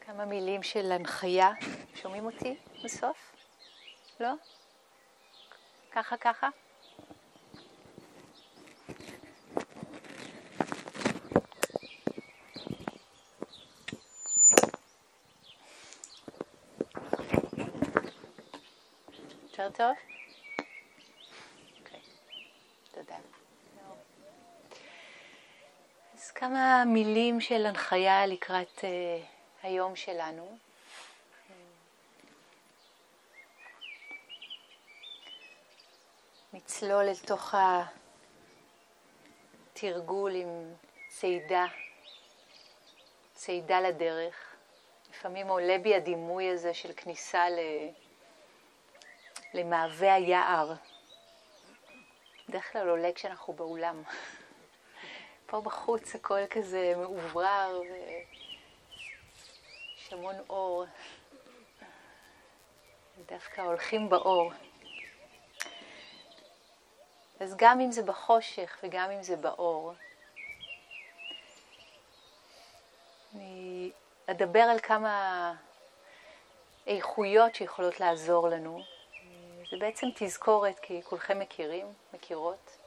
כמה מילים של הנחיה. שומעים אותי בסוף? לא? ככה ככה? יותר טוב? אוקיי, תודה. אז כמה מילים של הנחיה לקראת היום שלנו. נצלול לתוך התרגול עם צעידה לדרך. לפעמים עולה בי הדימוי הזה של כניסה למעבה היער. בדרך כלל עולה כשאנחנו באולם. פה בחוץ הכל כזה מעוברר ויש המון אור. דווקא הולכים באור. אז גם אם זה בחושך וגם אם זה באור, אני אדבר על כמה איכויות שיכולות לעזור לנו. זה בעצם תזכורת, כי כולכם מכירות.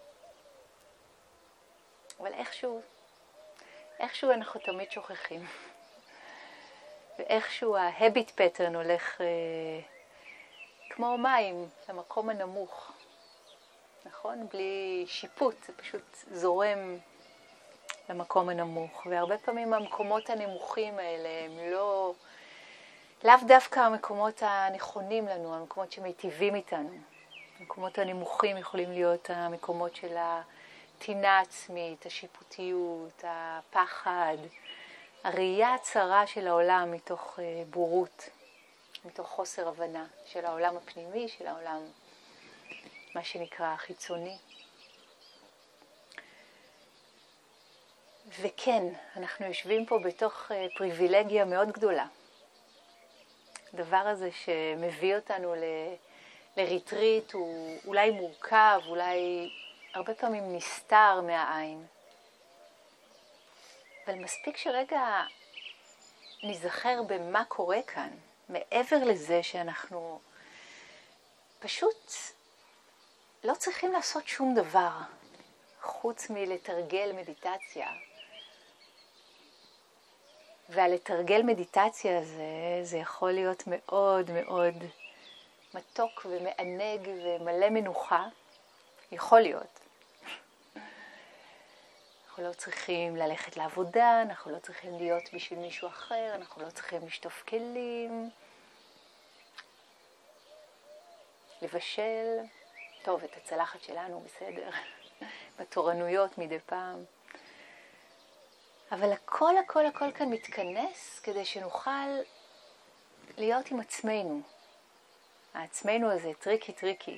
אבל איכשהו אנחנו תמיד שוכחים. ואיכשהו ה-habit pattern הולך כמו מים למקום הנמוך. נכון? בלי שיפוט, זה פשוט זורם למקום הנמוך. והרבה פעמים המקומות הנמוכים האלה הם לאו דווקא המקומות הנכונים לנו, המקומות שמיטיבים איתנו. המקומות הנמוכים יכולים להיות המקומות של הטינה עצמית, השיפוטיות, הפחד, הראייה הצרה של העולם מתוך בורות, מתוך חוסר הבנה של העולם הפנימי, של העולם מה שנקרא החיצוני. וכן, אנחנו יושבים פה בתוך פריבילגיה מאוד גדולה. הדבר הזה שמביא אותנו לריטריט הוא אולי מורכב, אולי הרבה פעמים נסתר מהעין. אבל מספיק שרגע נזכר במה קורה כאן, מעבר לזה שאנחנו פשוט לא צריכים לעשות שום דבר, חוץ מלתרגל מדיטציה. והלתרגל מדיטציה הזה, זה יכול להיות מאוד מאוד מתוק ומענג ומלא מנוחה. יכול להיות. אנחנו לא צריכים ללכת לעבודה, אנחנו לא צריכים להיות בשביל מישהו אחר, אנחנו לא צריכים לשטוף כלים, לבשל. טוב, את הצלחת שלנו בסדר, בתורנויות מדי פעם. אבל הכל כאן מתכנס כדי שנוכל להיות עם עצמנו. העצמנו הזה טריקי.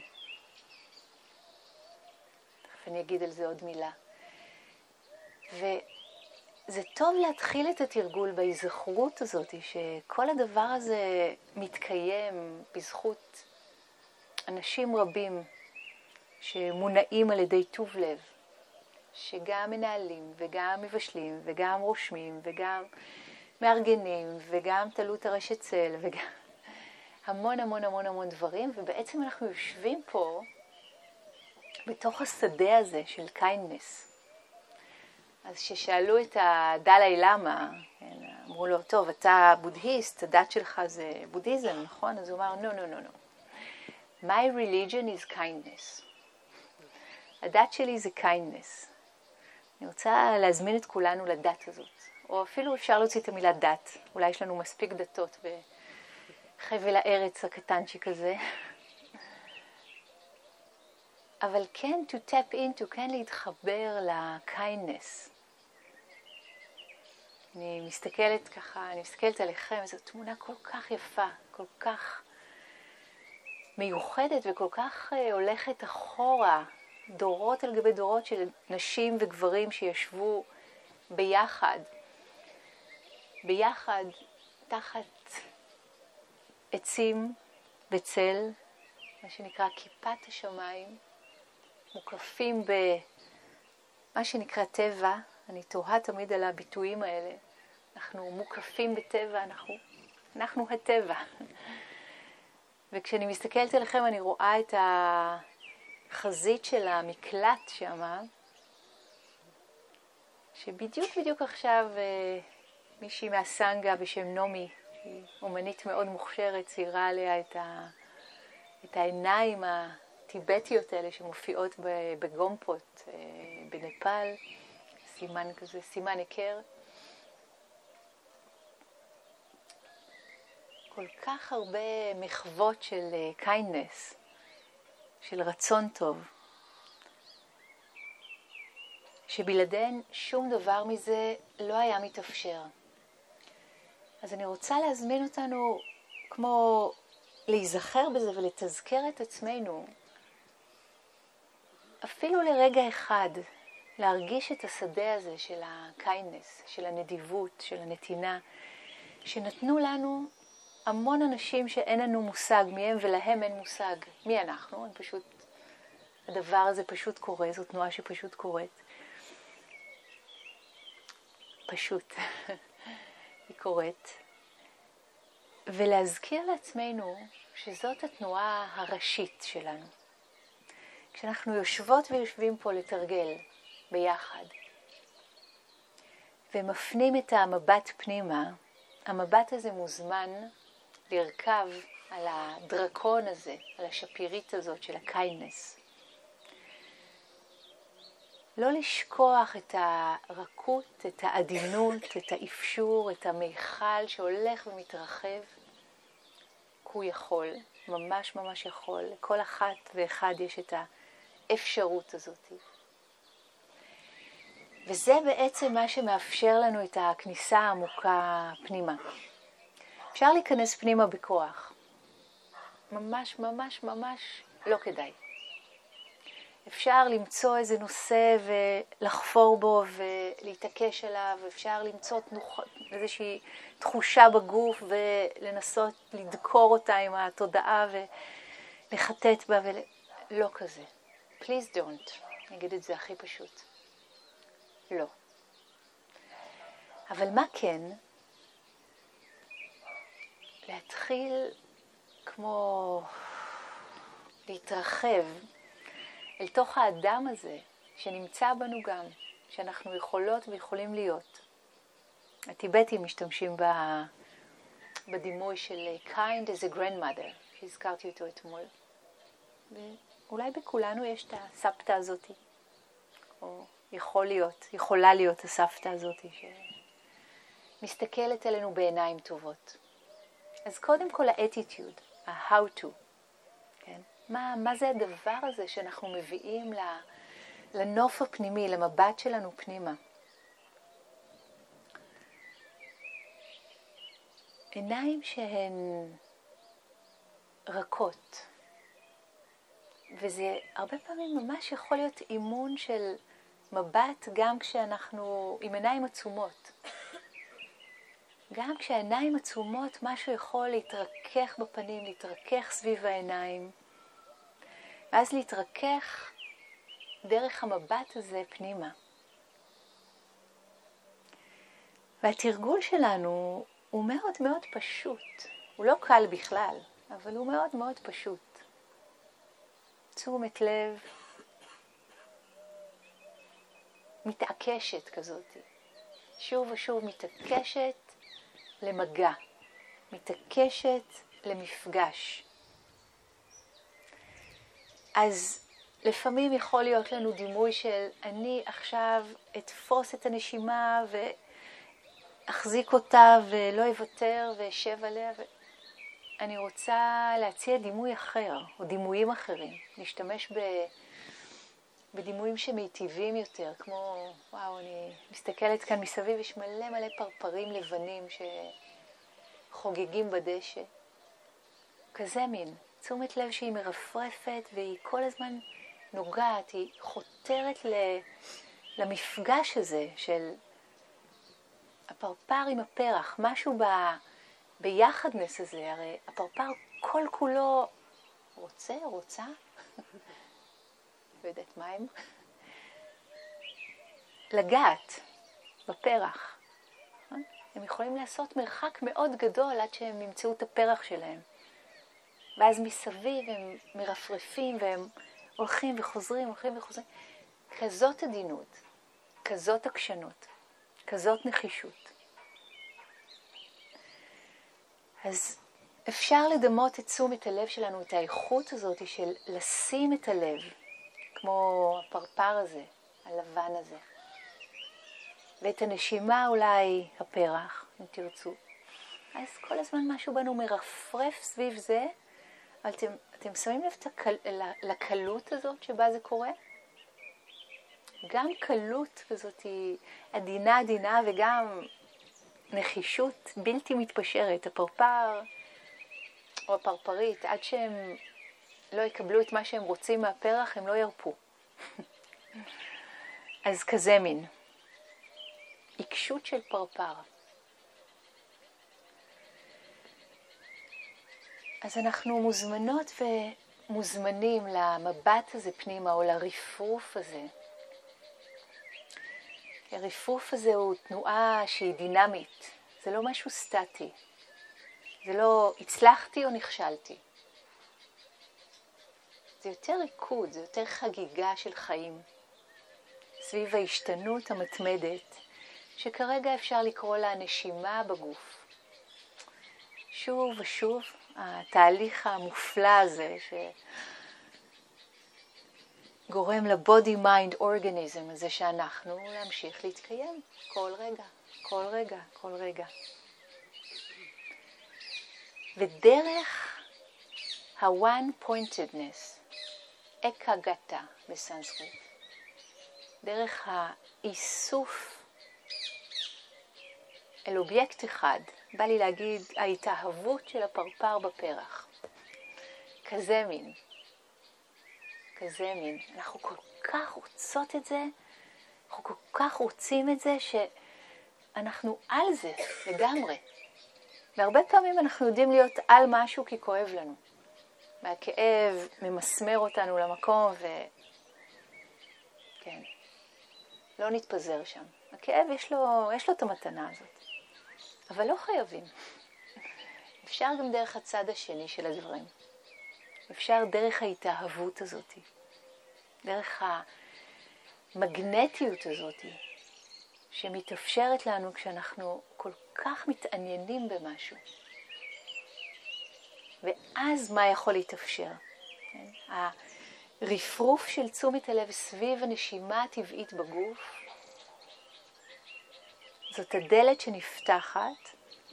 תכף אני אגיד על זה עוד מילה. וזה טוב להתחיל את התרגול בהיזכרות הזאת, שכל הדבר הזה מתקיים בזכות אנשים רבים שמונעים על ידי טוב לב, שגם מנהלים וגם מבשלים וגם רושמים וגם מארגנים וגם תלו את הרשת צל וגם המון דברים. ובעצם אנחנו יושבים פה בתוך השדה הזה של kindness. אז ששאלו את הדלי למה, אמרו לו, טוב, אתה בודהיסט, הדת שלך זה בודהיזם, נכון? אז הוא אמר, no. My religion is kindness. הדת שלי זה kindness. אני רוצה להזמין את כולנו לדת הזאת. או אפילו אפשר להוציא את המילה דת. אולי יש לנו מספיק דתות בחבל הארץ הקטנצ'יק הזה. אבל כן to tap into, כן להתחבר ל-kindness. אני מסתכלת עליכם, זו תמונה כל כך יפה, כל כך מיוחדת וכל כך הולכת אחורה, דורות על גבי דורות של נשים וגברים שישבו ביחד תחת עצים בצל, מה שנקרא כיפת השמיים, מוקפים במה שנקרא טבע. אני תוהה תמיד על הביטויים האלה. אנחנו מוקפים בטבע, אנחנו אנחנו הטבע. וכשאני מסתכלת עליכם אני רואה את החזית של המקלט שמה, שבדיוק עכשיו מישהי מהסנגה בשם נומי, היא אומנית מאוד מוכשרת, ציירה עליה את העיניים הטיבטיות האלה שמופיעות בגומפות בנפאל, סימן כזה, סימן היכר. כל כך הרבה מחוות של kindness, של רצון טוב, שבלעדיהן שום דבר מזה לא היה מתאפשר. אז אני רוצה להזמין אותנו כמו להיזכר בזה ולתזכר את עצמנו, אפילו לרגע אחד, להרגיש את השדה הזה של ה-kindness, של הנדיבות, של הנתינה, שנתנו לנו המון אנשים שאין לנו מושג מהם ולהם אין מושג מי אנחנו. הדבר הזה פשוט קורה, זו תנועה שפשוט קורית. פשוט היא קורית. ולהזכיר לעצמנו שזאת התנועה הראשית שלנו. כשאנחנו יושבות ויושבים פה לתרגל ביחד, ומפנים את המבט פנימה, המבט הזה מוזמן לרכב על הדרקון הזה, על השפירית הזאת של הקיינדנס. לא לשכוח את הרכות, את העדינות, את האפשור, את המיכל שהולך ומתרחב, כי הוא יכול, ממש ממש יכול. לכל אחת ואחד יש את האפשרות הזאת. וזה בעצם מה שמאפשר לנו את הכניסה העמוקה פנימה. אפשר להיכנס פנימה בכוח. ממש ממש ממש לא כדאי. אפשר למצוא איזה נושא ולחפור בו ולהתעקש עליו, אפשר למצוא איזושהי תחושה בגוף ולנסות לדקור אותה עם התודעה ולחטט בה לא כזה. Please don't. אני אגיד את זה הכי פשוט. לא. אבל מה כן? להתחיל כמו להתרחב אל תוך האדם הזה שנמצא בנו גם, שאנחנו יכולות ויכולים להיות. הטיבטים משתמשים בדימוי של kind as a grandmother, שהזכרתי אותו אתמול. ואולי בכולנו יש את הסבתא הזאת, או יכולה להיות הסבתא הזאת שמסתכלת עלינו בעיניים טובות. אז קודם כל האטיטיוד, ה-how to, כן? מה זה הדבר הזה שאנחנו מביאים לנוף הפנימי, למבט שלנו פנימה? עיניים שהן רכות, וזה הרבה פעמים ממש יכול להיות אימון של מבט גם כשאנחנו עם עיניים עצומות. גם כשהעיניים עצומות משהו יכול להתרכך בפנים, להתרכך סביב העיניים, ואז להתרכך דרך המבט הזה פנימה. והתרגול שלנו הוא מאוד מאוד פשוט. הוא לא קל בכלל, אבל הוא מאוד מאוד פשוט. תשומת לב מתעקשת כזאת. שוב ושוב מתעקשת למגע. מתעקשת למפגש. אז לפעמים יכול להיות לנו דימוי של אני עכשיו אתפוס את הנשימה ואחזיק אותה ולא אוותר ואשב עליה. אני רוצה להציע דימוי אחר או דימויים אחרים. להשתמש בדימויים שמיטיבים יותר, כמו, וואו, אני מסתכלת כאן מסביב, יש מלא פרפרים לבנים שחוגגים בדשא. כזה מין. תשומת לב שהיא מרפרפת והיא כל הזמן נוגעת, היא חותרת למפגש הזה של הפרפר עם הפרח, משהו ביחדנס הזה, הרי הפרפר כל כולו רוצה, לא יודעת מה הם, לגעת בפרח. הם יכולים לעשות מרחק מאוד גדול עד שהם ימצאו את הפרח שלהם. ואז מסביב הם מרפרפים והם הולכים וחוזרים, הולכים וחוזרים. כזאת עדינות, כזאת עקשנות, כזאת נחישות. אז אפשר לדמות את תשומת הלב שלנו, את האיכות הזאת של לשים את הלב, כמו הפרפר הזה, הלבן הזה. ואת הנשימה אולי הפרח, אם תרצו. אז כל הזמן משהו בנו מרפרף סביב זה, אבל אתם שמים לב לקלות הזאת שבה זה קורה? גם קלות כזאת היא עדינה וגם נחישות בלתי מתפשרת. הפרפר או הפרפרית, עד שהם לא יקבלו את מה שהם רוצים מהפרח, הם לא ירפו. אז כזה מין. עיקשות של פרפר. אז אנחנו מוזמנות ומוזמנים למבט הזה פנימה, או לרפרוף הזה. הרפרוף הזה הוא תנועה שהיא דינמית. זה לא משהו סטטי. זה לא הצלחתי או נכשלתי. זה יותר ריקוד, זה יותר חגיגה של חיים. סביב ההשתנות המתמדת, שכרגע אפשר לקרוא לה נשימה בגוף. שוב ושוב, התהליך המופלא הזה שגורם לבודי מיינד אורגניזם הזה שאנחנו להמשיך להתקיים כל רגע, כל רגע, כל רגע. ודרך ה-one pointedness, אקגתה בסנסקריט, דרך האיסוף אל אובייקט אחד, בא לי להגיד ההתאהבות של הפרפר בפרח. כזה מין. כזה מין. אנחנו כל כך רוצות את זה, אנחנו כל כך רוצים את זה, שאנחנו על זה לגמרי. והרבה פעמים אנחנו יודעים להיות על משהו כי כואב לנו. והכאב ממסמר אותנו למקום כן, לא נתפזר שם. הכאב יש לו את המתנה הזאת. אבל לא חייבים. אפשר גם דרך הצד השני של הדברים. אפשר דרך ההתאהבות הזאת. דרך המגנטיות הזאת, שמתאפשרת לנו כשאנחנו כל כך מתעניינים במשהו. ואז מה יכול להתאפשר? הרפרוף של תשומת הלב סביב הנשימה הטבעית בגוף, זאת הדלת שנפתחת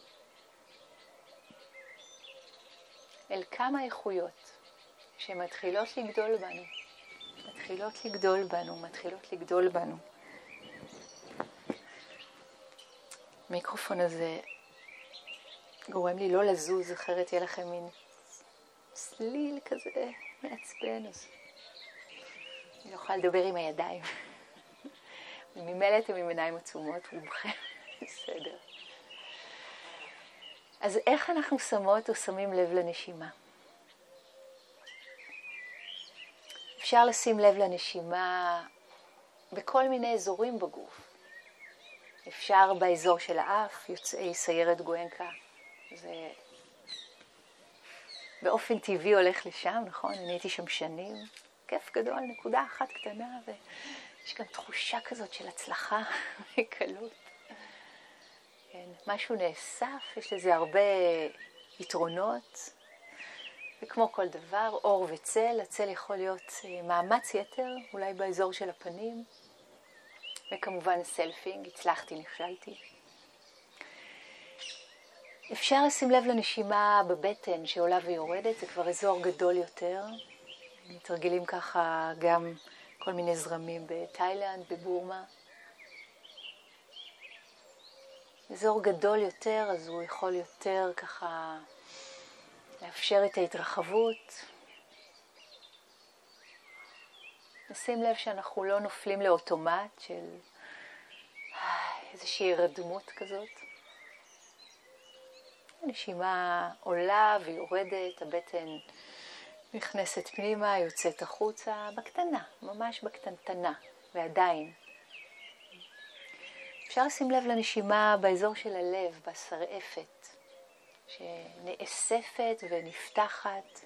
אל כמה איכויות שמתחילות לגדול בנו. מתחילות לגדול בנו, מתחילות לגדול בנו. המיקרופון הזה גורם לי לא לזוז, אחרת יהיה לכם מין סליל כזה מעצבן, אז אני לא יכולה לדבר עם הידיים. וממילא אתם עם עיניים עצומות, רובכם, בסדר. אז איך אנחנו שמות או שמים לב לנשימה? אפשר לשים לב לנשימה בכל מיני אזורים בגוף. אפשר באזור של האף, יוצאי סיירת גואנקה. זה באופן טבעי הולך לשם, נכון? אני הייתי שם שנים. כיף גדול, נקודה אחת קטנה, ויש גם תחושה כזאת של הצלחה וקלות. כן, משהו נאסף, יש לזה הרבה יתרונות. וכמו כל דבר, אור וצל, הצל יכול להיות מאמץ יתר, אולי באזור של הפנים. וכמובן סלפינג, הצלחתי, נכשלתי. אפשר לשים לב לנשימה בבטן שעולה ויורדת, זה כבר אזור גדול יותר. מתרגלים ככה גם כל מיני זרמים בתאילנד, בבורמה. אזור גדול יותר, אז הוא יכול יותר ככה לאפשר את ההתרחבות. נשים לב שאנחנו לא נופלים לאוטומט של איזושהי רדמות כזאת. הנשימה עולה ויורדת, הבטן נכנסת פנימה, יוצאת החוצה, בקטנה, ממש בקטנטנה, ועדיין. אפשר לשים לב לנשימה באזור של הלב, בשרעפת, שנאספת ונפתחת.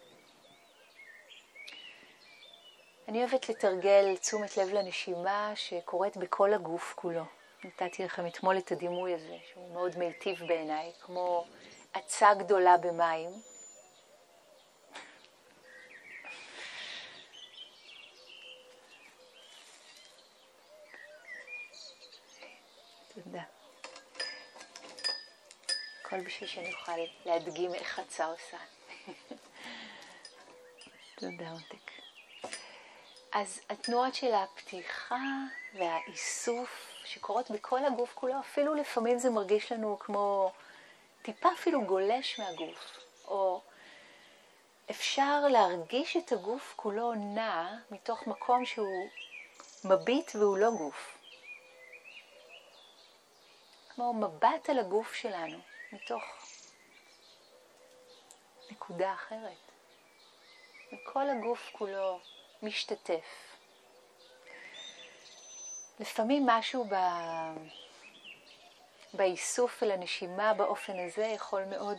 אני אוהבת לתרגל תשומת לב לנשימה שקורית בכל הגוף כולו. נתתי לכם אתמול את הדימוי הזה, שהוא מאוד מיטיב בעיניי, כמו עצה גדולה במים. תודה. הכל בשביל שאני אוכל להדגים איך עצה עושה. תודה, מותק. אז התנועות של הפתיחה והאיסוף שקורות בכל הגוף כולו, אפילו לפעמים זה מרגיש לנו כמו טיפה אפילו גולש מהגוף, או אפשר להרגיש את הגוף כולו נע מתוך מקום שהוא מביט והוא לא גוף. כמו מבט על הגוף שלנו מתוך נקודה אחרת. וכל הגוף כולו משתתף. לפעמים משהו באיסוף אל הנשימה באופן הזה יכול מאוד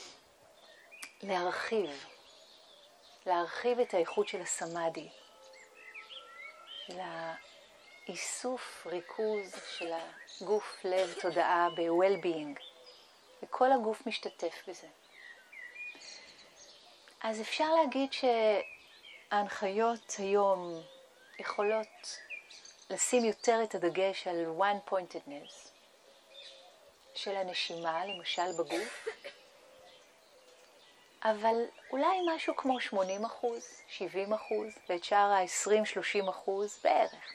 להרחיב את האיכות של הסמאדי, של האיסוף, ריכוז של הגוף, לב, תודעה ב-well-being, וכל הגוף משתתף בזה. אז אפשר להגיד שההנחיות היום יכולות לשים יותר את הדגש על one-pointedness של הנשימה, למשל בגוף, אבל אולי משהו כמו 80%, 70%, ואת שאר ה-20-30% בערך.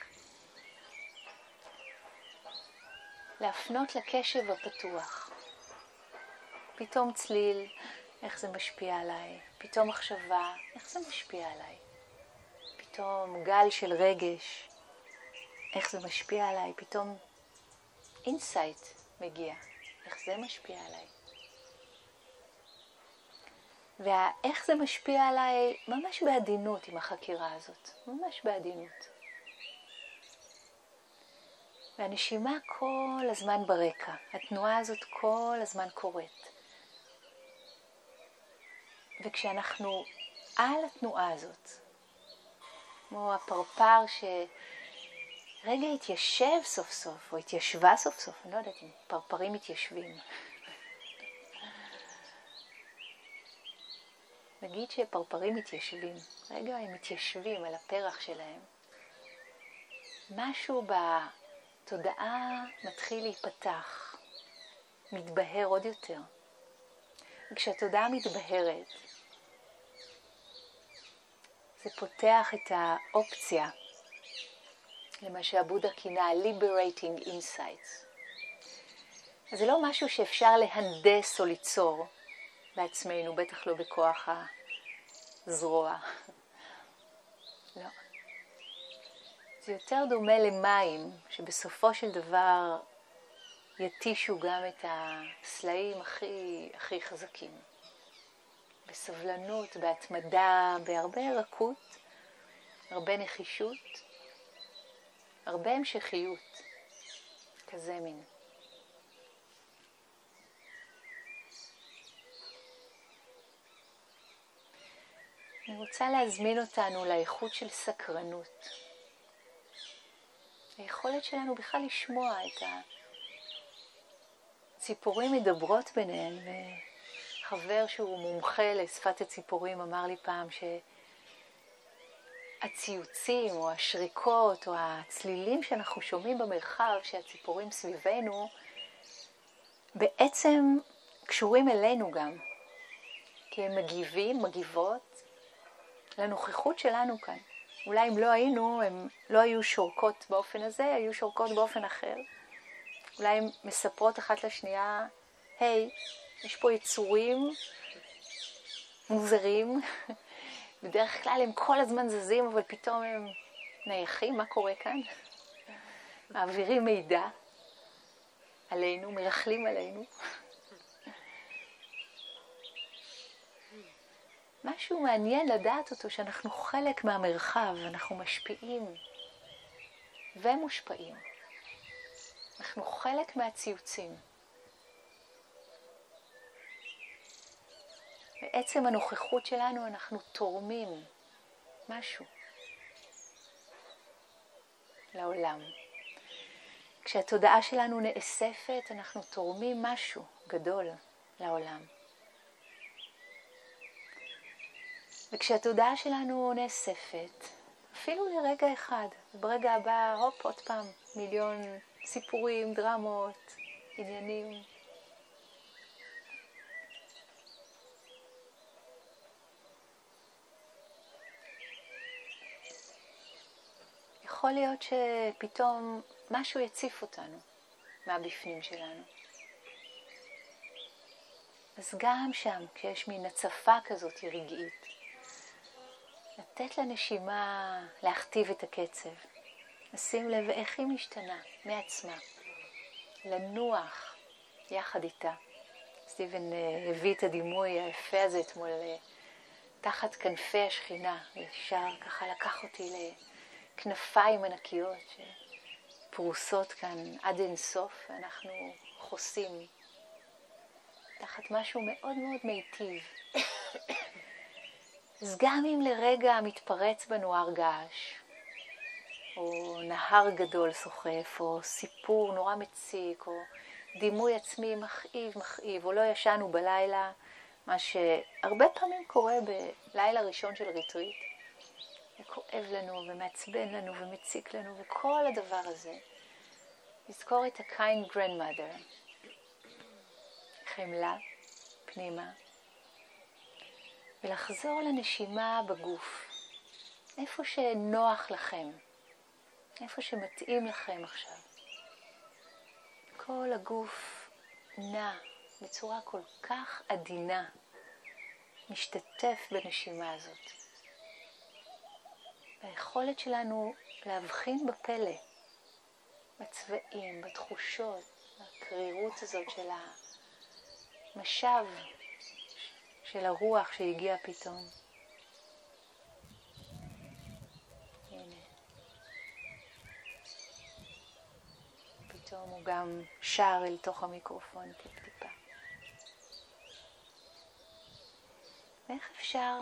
להפנות לקשב הפתוח. פתאום צליל, איך זה משפיע עליי? פתאום מחשבה, איך זה משפיע עליי? פתאום גל של רגש, איך זה משפיע עליי? פתאום אינסייט מגיע, איך זה משפיע עליי? ואיך זה משפיע עליי ממש בעדינות עם החקירה הזאת, ממש בעדינות. והנשימה כל הזמן ברקע, התנועה הזאת כל הזמן קורית. וכשאנחנו על התנועה הזאת, כמו הפרפר שרגע התיישב סוף סוף, או התיישבה סוף סוף, אני לא יודעת אם פרפרים מתיישבים. נגיד שפרפרים מתיישבים, רגע הם מתיישבים על הפרח שלהם. משהו בתודעה מתחיל להיפתח, מתבהר עוד יותר. וכשהתודעה מתבהרת, זה פותח את האופציה, למה שהבודה כינה liberating insights. אז זה לא משהו שאפשר להנדס או ליצור בעצמנו, בטח לא בכוח הזרוע. לא. זה יותר דומה למים, שבסופו של דבר יתישו גם את הסלעים הכי חזקים. בסבלנות, בהתמדה, בהרבה רכות, הרבה נחישות, הרבה המשכיות, כזה מין. אני רוצה להזמין אותנו לאיכות של סקרנות. היכולת שלנו בכלל לשמוע את הציפורים מדברות ביניהן, וחבר שהוא מומחה לשפת הציפורים אמר לי פעם שהציוצים או השריקות או הצלילים שאנחנו שומעים במרחב שהציפורים סביבנו בעצם קשורים אלינו גם, כי הם מגיבות לנוכחות שלנו כאן. אולי אם לא היינו, הם לא היו שורקות באופן הזה, היו שורקות באופן אחר. אולי הן מספרות אחת לשנייה, היי, יש פה יצורים מוזרים, בדרך כלל הם כל הזמן זזים, אבל פתאום הם נייחים, מה קורה כאן? מעבירים מידע עלינו, מרחלים עלינו. משהו מעניין לדעת אותו, שאנחנו חלק מהמרחב, אנחנו משפיעים ומושפעים. אנחנו חלק מהציוצים. בעצם הנוכחות שלנו אנחנו תורמים משהו לעולם. כשהתודעה שלנו נאספת, אנחנו תורמים משהו גדול לעולם. וכשהתודעה שלנו נאספת, אפילו לרגע אחד, ברגע הבא, הופ, עוד פעם, מיליון סיפורים, דרמות, עניינים. יכול להיות שפתאום משהו יציף אותנו מהבפנים שלנו. אז גם שם, כשיש מין הצפה כזאת רגעית, לתת לנשימה להכתיב את הקצב. לשים לב איך היא משתנה מעצמה. לנוח יחד איתה. סטיבן הביא את הדימוי היפה הזה אתמול תחת כנפי השכינה. וישר ככה לקח אותי לכנפיים ענקיות שפרוסות כאן עד אינסוף. ואנחנו חוסים תחת משהו מאוד מאוד מיטיב. אז גם אם לרגע מתפרץ בנו הר געש, או נהר גדול סוחף, או סיפור נורא מציק, או דימוי עצמי מכאיב, או לא ישנו בלילה, מה שהרבה פעמים קורה בלילה ראשון של ריטריט. וכואב לנו, ומעצבן לנו, ומציק לנו, וכל הדבר הזה. לזכור את ה-kind grandmother. חמלה, פנימה. ולחזור לנשימה בגוף. איפה שנוח לכם. איפה שמתאים לכם עכשיו. כל הגוף נע בצורה כל כך עדינה. משתתף בנשימה הזאת. והיכולת שלנו להבחין בפלא. בצבעים, בתחושות, בקרירות הזאת של המשב של הרוח שהגיע פתאום. הנה. פתאום הוא גם שר אל תוך המיקרופון טיפה. ואיך אפשר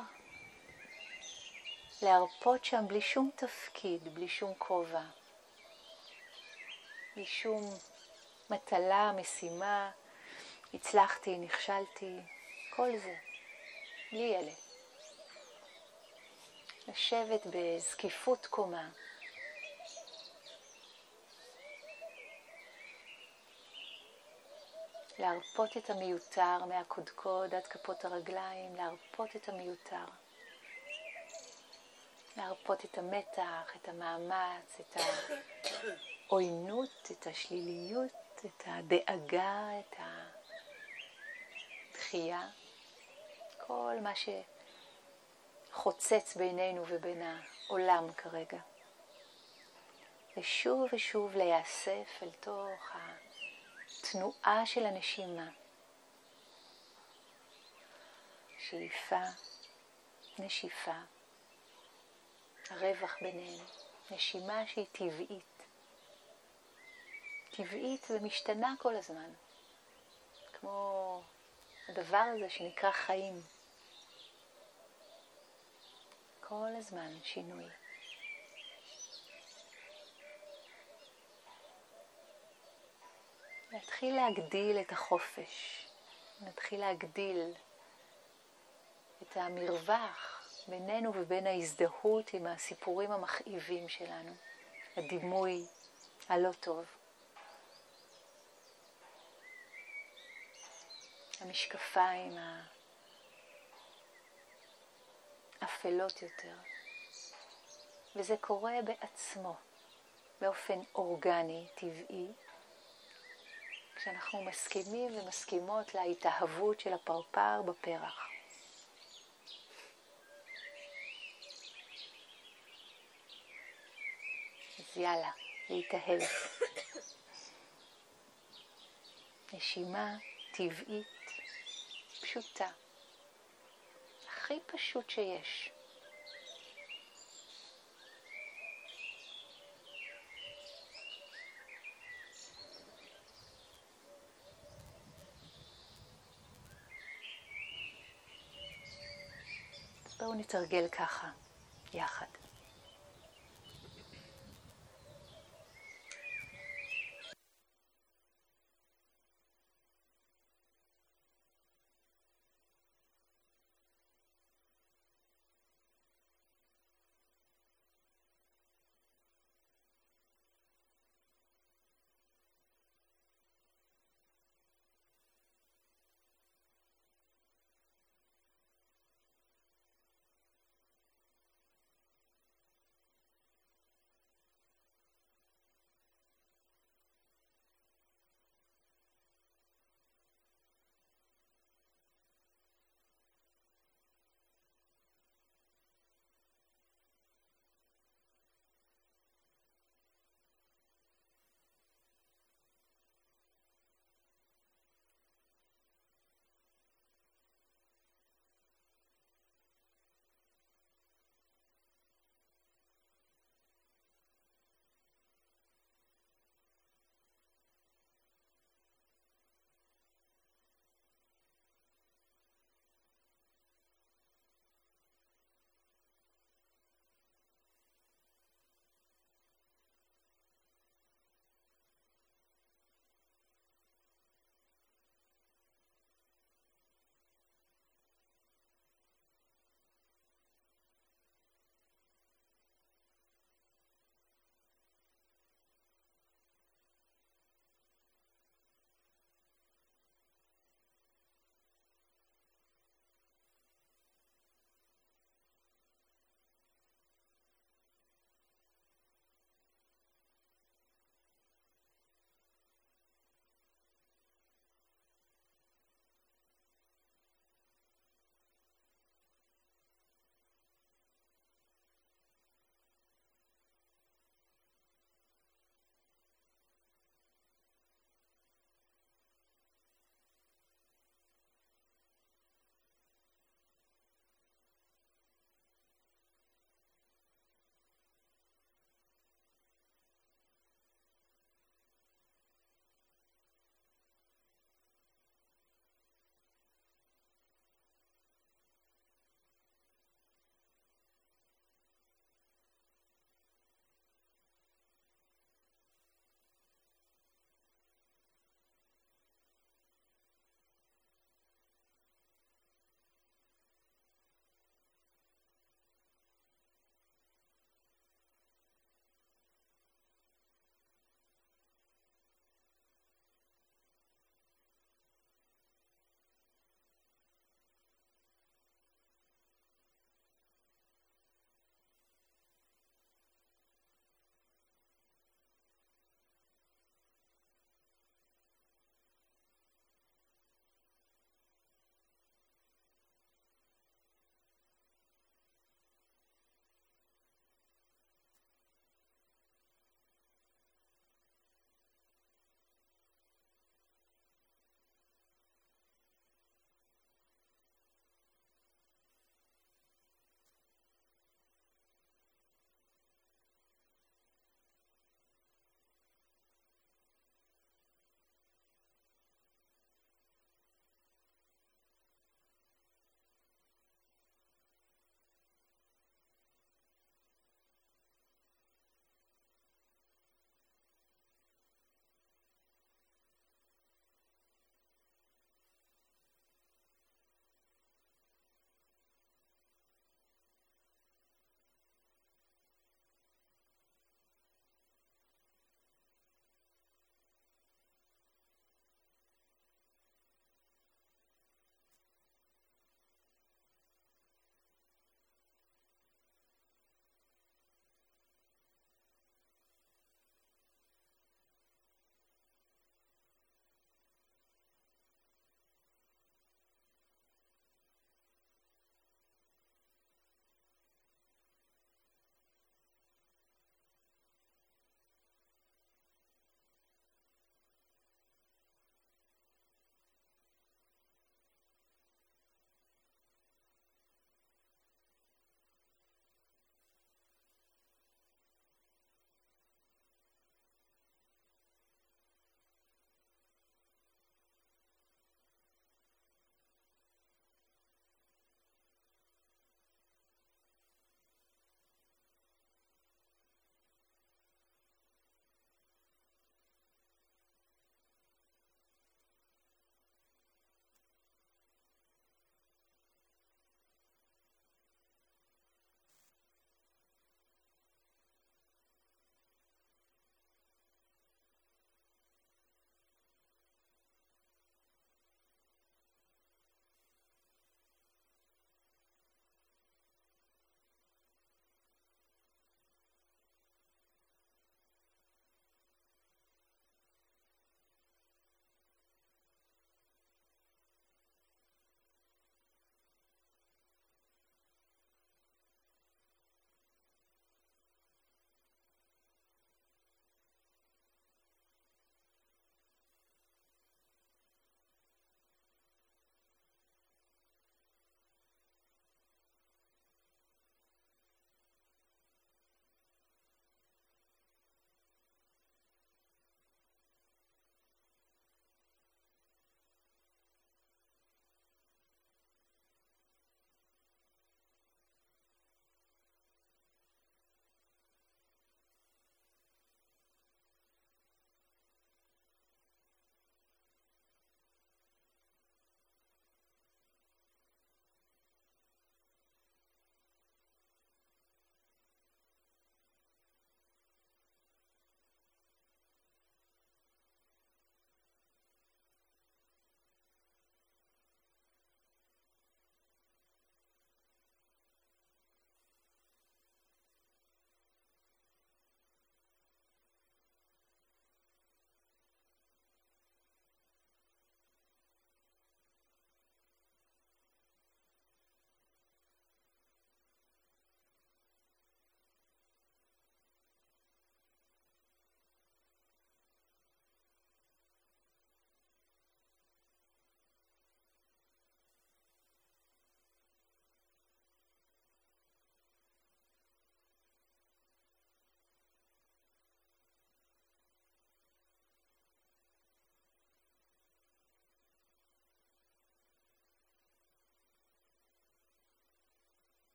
להרפות שם בלי שום תפקיד, בלי שום כובע, בלי שום מטלה, משימה, הצלחתי, נכשלתי, כל זה, בלי אלה. לשבת בזקיפות קומה. להרפות את המיותר מהקודקוד עד כפות הרגליים, להרפות את המיותר. להרפות את המתח, את המאמץ, את העוינות, את השליליות, את הדאגה, את הדחייה. כל מה שחוצץ בינינו ובין העולם כרגע. ושוב ושוב להיאסף אל תוך התנועה של הנשימה. שאיפה, נשיפה. הרווח ביניהם, נשימה שהיא טבעית. טבעית ומשתנה כל הזמן. כמו הדבר הזה שנקרא חיים. כל הזמן שינוי. נתחיל להגדיל את החופש. נתחיל להגדיל את המרווח בינינו ובין ההזדהות עם הסיפורים המכאיבים שלנו, הדימוי הלא טוב. המשקפיים האפלות יותר. וזה קורה בעצמו, באופן אורגני, טבעי, כשאנחנו מסכימים ומסכימות להתאהבות של הפרפר בפרח. אז יאללה, להתאהב. נשימה טבעית, פשוטה. הכי פשוט שיש. בואו נתרגל ככה, יחד.